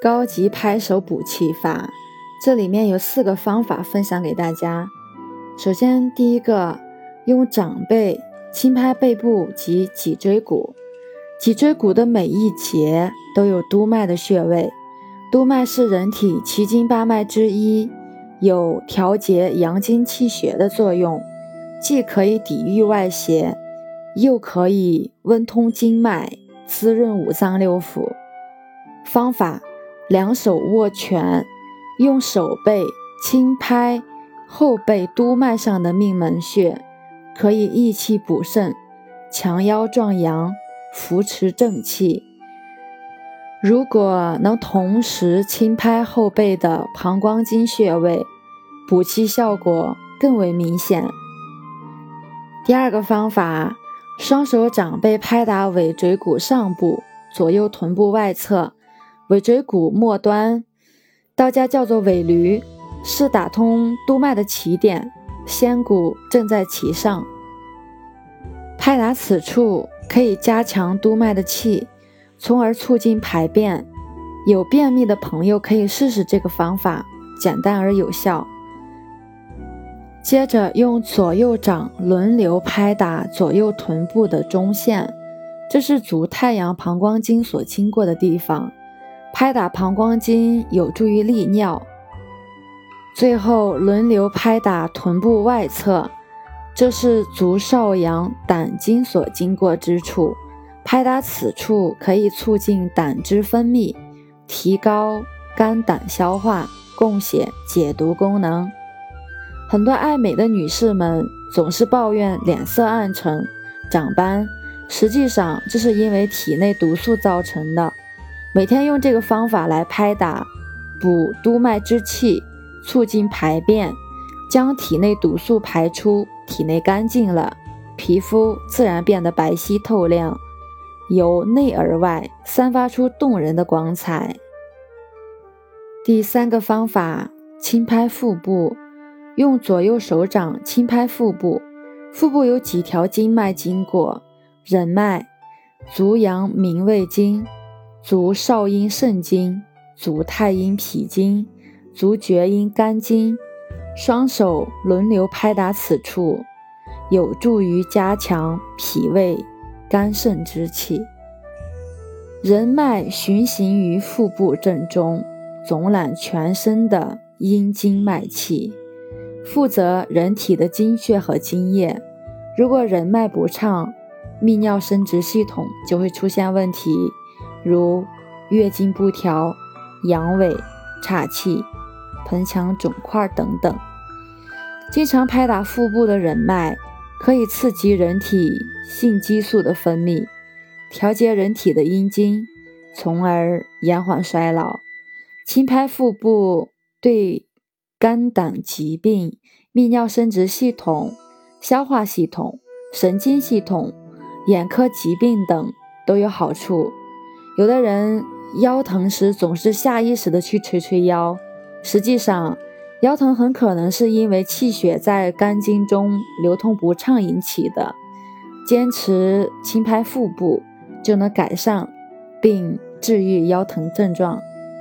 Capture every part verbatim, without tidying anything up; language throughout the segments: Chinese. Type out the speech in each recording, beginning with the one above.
高级拍手补气法，这里面有四个方法分享给大家。首先，第一个，用掌背轻拍背部及脊椎骨。脊椎骨的每一节都有督脉的穴位，督脉是人体奇经八脉之一，有调节阳经气血的作用，既可以抵御外邪，又可以温通经脉，滋润五脏六腑。方法：两手握拳，用手背轻拍后背督脉上的命门穴，可以益气补肾，强腰壮阳，扶持正气。如果能同时轻拍后背的膀胱经穴位，补气效果更为明显。第二个方法，双手掌背拍打尾椎骨上部，左右臀部外侧，尾椎骨末端，道家叫做尾闾，是打通督脉的起点，仙骨正在其上。拍打此处可以加强督脉的气，从而促进排便。有便秘的朋友可以试试这个方法，简单而有效。接着用左右掌轮流拍打左右臀部的中线，这是足太阳膀胱经所经过的地方，拍打膀胱经有助于利尿。最后轮流拍打臀部外侧，这是足少阳胆经所经过之处，拍打此处可以促进胆汁分泌，提高肝胆消化、供血解毒功能。很多爱美的女士们总是抱怨脸色暗沉、长斑，实际上这是因为体内毒素造成的。每天用这个方法来拍打，补督脉之气，促进排便，将体内毒素排出，体内干净了，皮肤自然变得白皙透亮，由内而外散发出动人的光彩。第三个方法，轻拍腹部，用左右手掌轻拍腹部。腹部有几条经脉经过：任脉、足阳明胃经、足少阴肾经、足太阴脾经、足厥阴肝经。双手轮流拍打此处，有助于加强脾胃肝肾之气。任脉循行于腹部正中，总揽全身的阴经脉气，负责人体的精血和津液。如果任脉不畅，泌尿生殖系统就会出现问题，如月经不调、阳痿、岔气、盆腔肿块等等。经常拍打腹部的任脉，可以刺激人体性激素的分泌，调节人体的阴经，从而延缓衰老。轻拍腹部对肝胆疾病、泌尿生殖系统、消化系统、神经系统、眼科疾病等都有好处。有的人腰疼时总是下意识的去捶捶腰，实际上腰疼很可能是因为气血在肝经中流通不畅引起的。坚持轻拍腹部就能改善并治愈腰疼症状。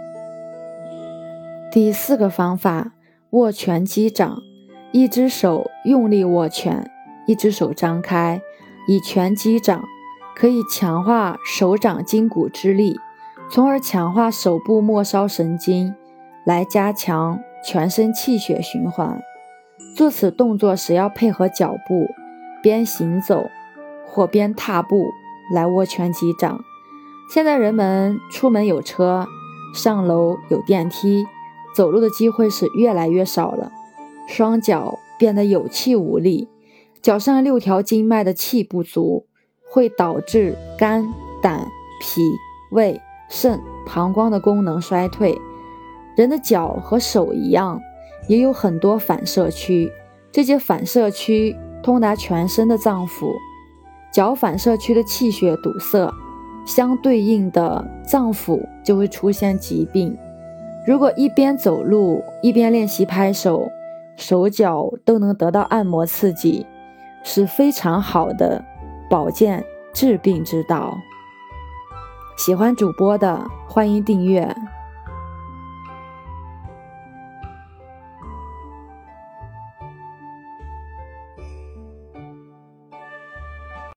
第四个方法，握拳击掌。一只手用力握拳，一只手张开，以拳击掌，可以强化手掌筋骨之力，从而强化手部末梢神经，来加强全身气血循环。做此动作时要配合脚步，边行走或边踏步来握拳击掌。现在人们出门有车，上楼有电梯，走路的机会是越来越少了，双脚变得有气无力，脚上六条经脉的气不足，会导致肝、胆、脾、胃、肾、膀胱的功能衰退。人的脚和手一样，也有很多反射区，这些反射区通达全身的脏腑，脚反射区的气血堵塞，相对应的脏腑就会出现疾病。如果一边走路一边练习拍手，手脚都能得到按摩刺激，是非常好的保健治病之道。喜欢主播的，欢迎订阅。